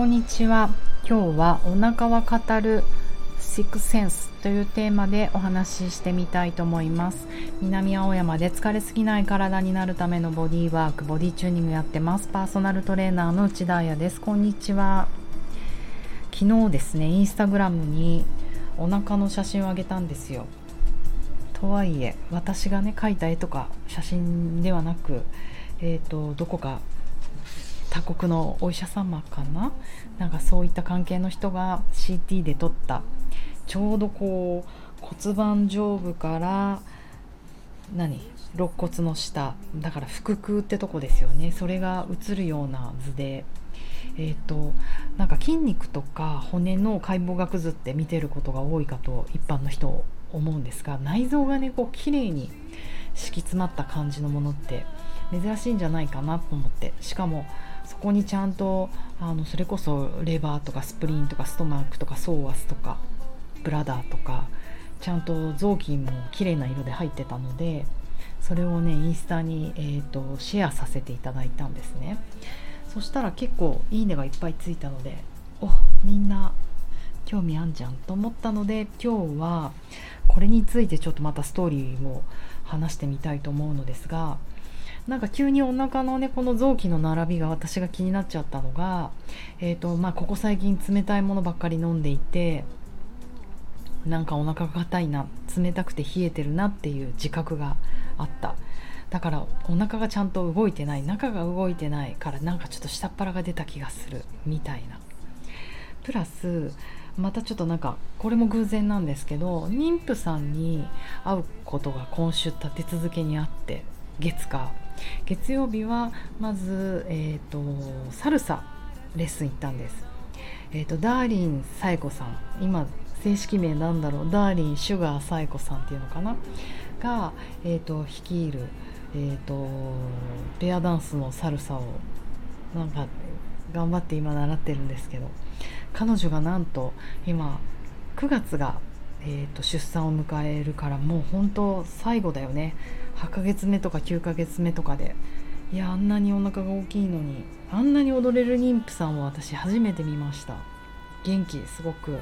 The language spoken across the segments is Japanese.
こんにちは。今日はお腹は語るシックセンスというテーマでお話ししてみたいと思います。南青山で疲れすぎない体になるためのボディワーク、ボディチューニングやってます。パーソナルトレーナーの内田彩です。こんにちは。昨日ですね、インスタグラムにお腹の写真をあげたんですよ。とはいえ私がね描いた絵とか写真ではなく、どこか他国のお医者様かな、なんかそういった関係の人が CT で撮ったちょうどこう骨盤上部から肋骨の下だから腹腔ってとこですよね。それが映るような図で、なんか筋肉とか骨の解剖学図って見てることが多いかと一般の人思うんですが、内臓がねこう綺麗に敷き詰まった感じのものって珍しいんじゃないかなと思って、しかもそこにちゃんとそれこそレバーとかスプリンとかストマークとかソーアスとかブラダーとかちゃんと臓器も綺麗な色で入ってたので、それをねインスタに、シェアさせていただいたんですね。そしたら結構いいねがいっぱいついたので、みんな興味あんじゃんと思ったので、今日はこれについてちょっとまたストーリーを話してみたいと思うのですが、なんか急にお腹のねこの臓器の並びが私が気になっちゃったのが、ここ最近冷たいものばっかり飲んでいて、なんかお腹が硬いな、冷たくて冷えてるなっていう自覚があった。だからお腹がちゃんと動いてない、中が動いてないから、なんかちょっと下っ腹が出た気がするみたいな。プラスまたちょっとなんかこれも偶然なんですけど、妊婦さんに会うことが今週立て続けにあって、月曜日はまず、サルサレッスン行ったんです。ダーリンサエコさん、今正式名なんだろう、ダーリンシュガーサエコさんっていうのかなが、率いる、ペアダンスのサルサをなんか頑張って今習ってるんですけど、彼女がなんと今9月が、出産を迎えるから、もう本当最後だよね。8ヶ月目とか9ヶ月目とかで、いやあんなにお腹が大きいのにあんなに踊れる妊婦さんを私初めて見ました。元気、すごく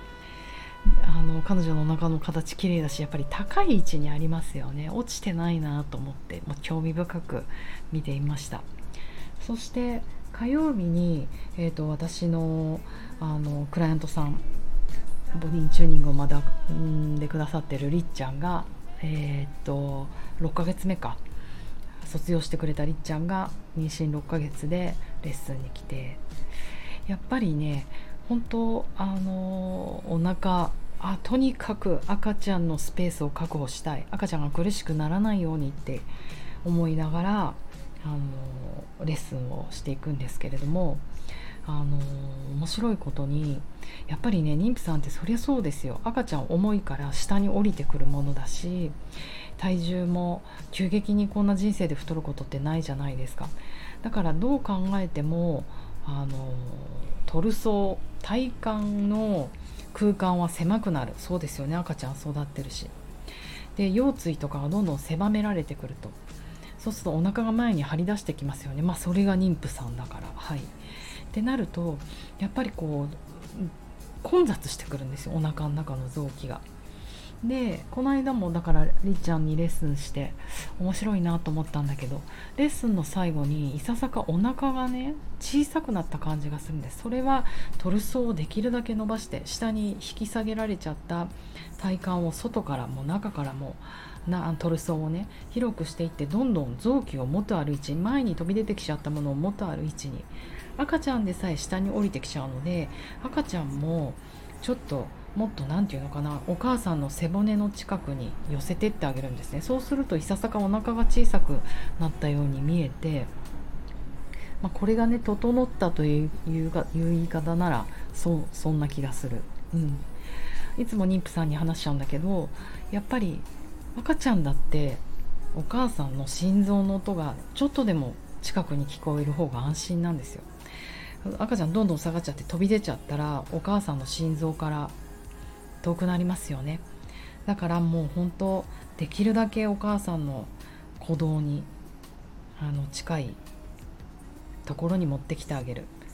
彼女のお腹の形綺麗だし、やっぱり高い位置にありますよね。落ちてないなと思って、もう興味深く見ていました。そして火曜日に、私の、クライアントさん、ボディチューニングを学んでくださってるりっちゃんが、6ヶ月目か卒業してくれたりっちゃんが妊娠6ヶ月でレッスンに来て、やっぱりね本当お腹とにかく赤ちゃんのスペースを確保したい、赤ちゃんが苦しくならないようにって思いながらレッスンをしていくんですけれども、面白いことにやっぱりね妊婦さんってそりゃそうですよ。赤ちゃん重いから下に降りてくるものだし、体重も急激にこんな人生で太ることってないじゃないですか。だからどう考えてもトルソー、体幹の空間は狭くなるそうですよね。赤ちゃん育ってるし、で腰椎とかがどんどん狭められてくると、そうするとお腹が前に張り出してきますよね。それが妊婦さんだから、ってなるとやっぱりこう混雑してくるんですよ、お腹の中の臓器が。でこの間もだからりっちゃんにレッスンして面白いなと思ったんだけど、レッスンの最後にいささかお腹がね小さくなった感じがするんです。それはトルソーをできるだけ伸ばして下に引き下げられちゃった体幹を外からも中からもトルソーをね広くしていって、どんどん臓器を元ある位置、前に飛び出てきちゃったものを元ある位置に、赤ちゃんでさえ下に降りてきちゃうので、赤ちゃんもちょっともっとなんていうのかな、お母さんの背骨の近くに寄せてってあげるんですね。そうするといささかお腹が小さくなったように見えて、これがね整ったという言い方ならそんな気がする。いつも妊婦さんに話しちゃうんだけど、やっぱり赤ちゃんだってお母さんの心臓の音がちょっとでも近くに聞こえる方が安心なんですよ。赤ちゃんどんどん下がっちゃって飛び出ちゃったらお母さんの心臓から遠くなりますよね。だからもう本当できるだけお母さんの鼓動に近いところに持ってきてあげる。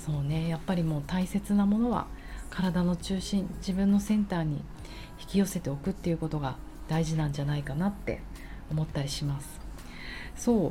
そうね、やっぱりもう大切なものは体の中心、自分のセンターに引き寄せておくっていうことが大事なんじゃないかなって思ったりします。そう、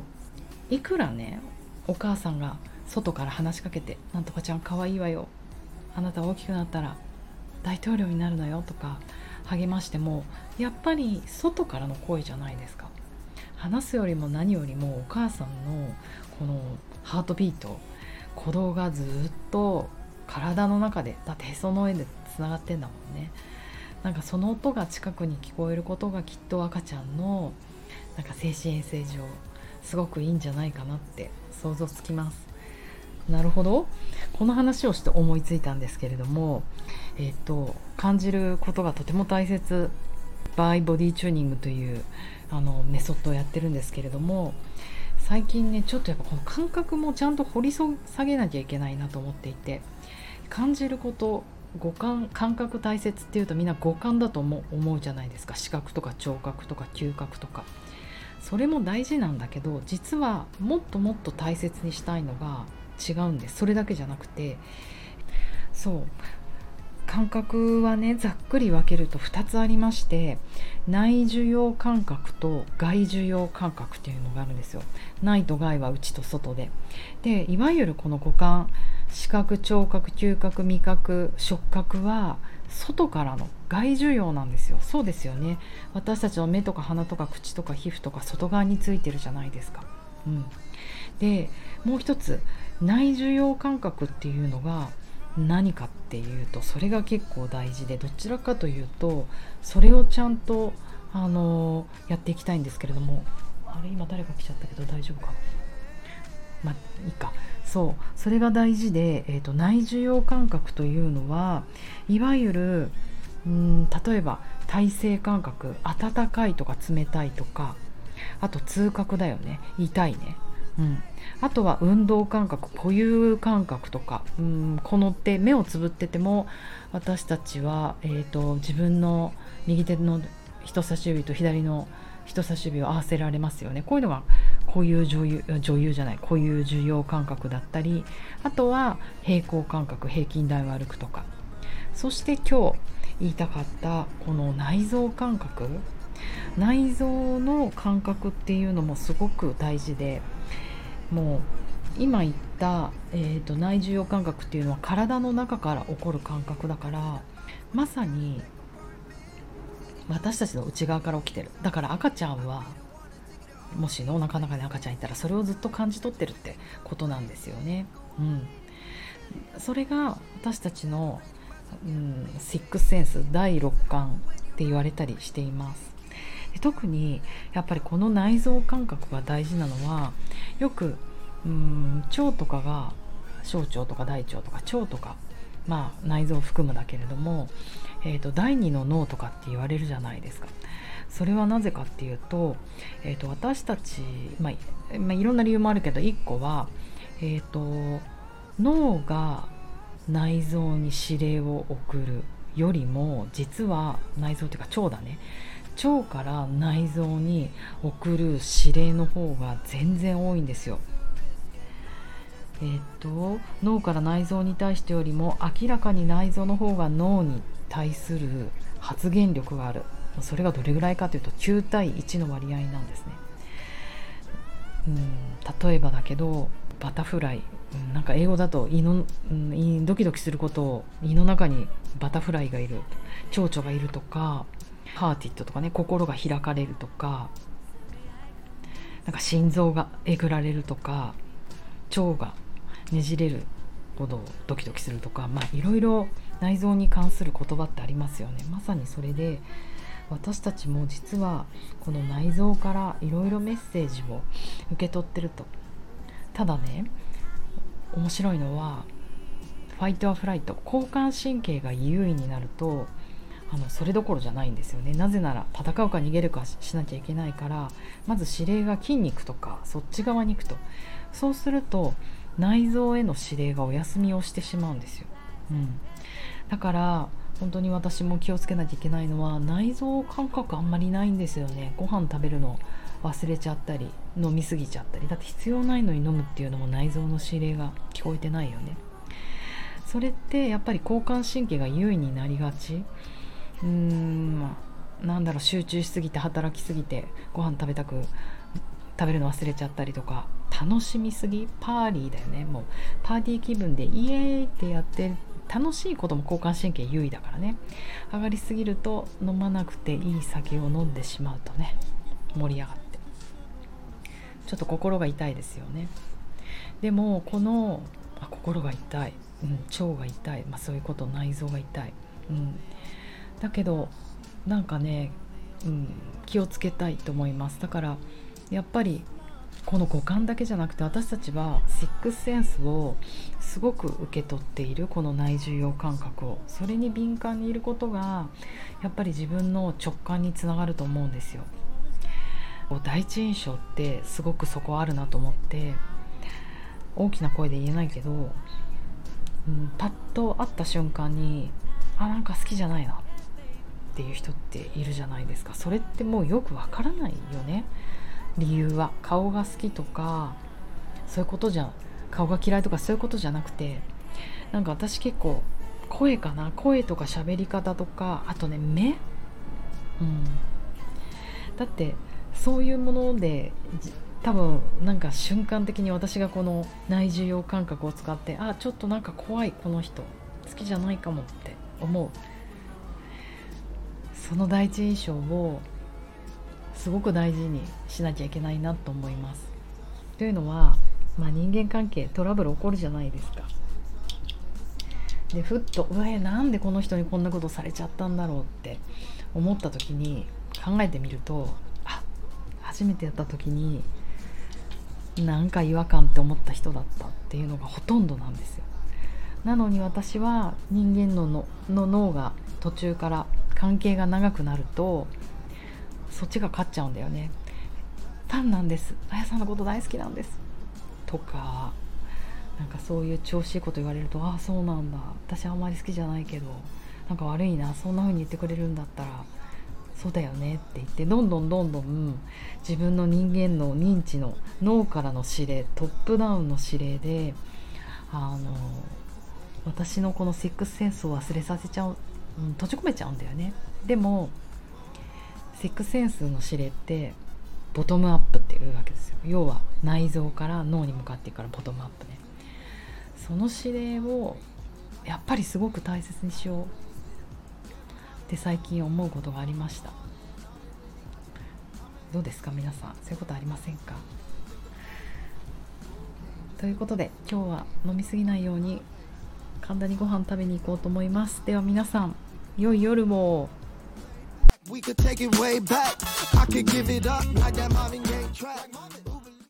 いくらねお母さんが外から話しかけて、なんとかちゃん可愛いわよ、あなた大きくなったら大統領になるのよとか励ましても、やっぱり外からの声じゃないですか。話すよりも何よりもお母さんのこのハートビート、鼓動がずっと体の中で、だってへその上でつながってんだもんね。なんかその音が近くに聞こえることがきっと赤ちゃんのなんか精神衛生上すごくいいんじゃないかなって想像つきます。なるほど。この話をして思いついたんですけれども、感じることがとても大切、バイボディチューニングというメソッドをやってるんですけれども、最近ねちょっとやっぱこの感覚もちゃんと掘り下げなきゃいけないなと思っていて、感じること、五感、感覚大切っていうとみんな五感だと思うじゃないですか。視覚とか聴覚とか嗅覚とか、それも大事なんだけど、実はもっともっと大切にしたいのが違うんです。それだけじゃなくて、そう、感覚はねざっくり分けると2つありまして、内受容感覚と外受容感覚っていうのがあるんですよ。内と外は内と外で、いわゆるこの五感、視覚、聴覚、嗅覚、味覚、触覚は外からの外受容なんですよ。そうですよね。私たちの目とか鼻とか口とか皮膚とか外側についてるじゃないですか。でもう一つ、内受容感覚っていうのが何かっていうと、それが結構大事で、どちらかというとそれをちゃんとやっていきたいんですけれども、あれ今誰か来ちゃったけど大丈夫かな、まあいいか。そう、それが大事で、内受容感覚というのはいわゆる例えば体勢感覚、温かいとか冷たいとか、あと痛覚だよね、痛いね、あとは運動感覚、固有感覚とか、この手、目をつぶってても私たちは、自分の右手の人差し指と左の人差し指を合わせられますよね。こういうのが固有固有受容感覚だったり、あとは平行感覚、平均台を歩くとか、そして今日言いたかったこの内臓感覚、内臓の感覚っていうのもすごく大事で、もう今言った、内受容感覚っていうのは体の中から起こる感覚だから、まさに私たちの内側から起きてる。だから赤ちゃんはもしのお腹の中に赤ちゃんいたらそれをずっと感じ取ってるってことなんですよね。それが私たちの、シックスセンス、第六感って言われたりしています。で特にやっぱりこの内臓感覚が大事なのは、よく腸とかが、小腸とか大腸とか腸とか、内臓を含むだけれども、第二の脳とかって言われるじゃないですか。それはなぜかっていうと、私たち、いろんな理由もあるけど、1個は、脳が内臓に指令を送るよりも、実は内臓というか腸だね、腸から内臓に送る指令の方が全然多いんですよ。脳から内臓に対してよりも明らかに内臓の方が脳に対する発言力がある。それがどれぐらいかというと9対1の割合なんですね。例えばだけどバタフライ、なんか英語だとドキドキすることを、胃の中にバタフライがいる、蝶々がいるとか、ハーティットとかね、心が開かれるとか、なんか心臓がえぐられるとか、腸がねじれるほどドキドキするとか、いろいろ内臓に関する言葉ってありますよね。まさにそれで、私たちも実はこの内臓からいろいろメッセージを受け取ってると。ただね、面白いのはファイトアフライト、交感神経が優位になるとそれどころじゃないんですよね。なぜなら戦うか逃げるかしなきゃいけないから、まず指令が筋肉とかそっち側に行くと、そうすると内臓への指令がお休みをしてしまうんですよ。だから本当に私も気をつけなきゃいけないのは、内臓感覚あんまりないんですよね。ご飯食べるの忘れちゃったり、飲みすぎちゃったり、だって必要ないのに飲むっていうのも内臓の指令が聞こえてないよね。 それってやっぱり交感神経が優位になりがち。なんだろう、集中しすぎて働きすぎてご飯食べるの忘れちゃったりとか、楽しみすぎ、パーリーだよね。もうパーティー気分でイエーイってやって楽しいことも交感神経優位だからね。上がりすぎると飲まなくていい酒を飲んでしまうとね、盛り上がってちょっと心が痛いですよね。でもこの心が痛い、腸が痛い、そういうこと、内臓が痛い、だけどなんかね、気をつけたいと思います。だからやっぱりこの五感だけじゃなくて、私たちはシックスセンスをすごく受け取っている、この内受容感覚を、それに敏感にいることがやっぱり自分の直感につながると思うんですよ。第一印象ってすごくそこあるなと思って、大きな声で言えないけど、パッと会った瞬間になんか好きじゃないなっていう人っているじゃないですか。それってもうよくわからないよね。理由は顔が好きとかそういうこと顔が嫌いとかそういうことじゃなくて、なんか私結構声かな、声とか喋り方とか、あとね目、だってそういうもので多分なんか瞬間的に私がこの内受容感覚を使って、ちょっとなんか怖い、この人好きじゃないかもって思う、その第一印象をすごく大事にしなきゃいけないなと思います。というのは、人間関係トラブル起こるじゃないですか。でふっとなんでこの人にこんなことされちゃったんだろうって思った時に考えてみると、初めてやった時になんか違和感って思った人だったっていうのがほとんどなんですよ。なのに私は人間の脳が途中から関係が長くなるとそっちが勝っちゃうんだよね。ファンなんです、あやさんのこと大好きなんですとか、なんかそういう調子いいこと言われると、そうなんだ、私あんまり好きじゃないけどなんか悪いな、そんな風に言ってくれるんだったらそうだよねって言って、どんどん自分の人間の認知の脳からの指令、トップダウンの指令で私のこのシックスセンスを忘れさせちゃう、閉じ込めちゃうんだよね。でもシックスセンスの指令ってボトムアップっていうわけですよ。要は内臓から脳に向かっていくからボトムアップね。その指令をやっぱりすごく大切にしようって最近思うことがありました。どうですか皆さん、そういうことありませんか？ということで今日は飲みすぎないように神田にご飯食べに行こうと思います。では皆さん、良い夜を。We could take it way back. I could give it up like that Marvin Gaye track.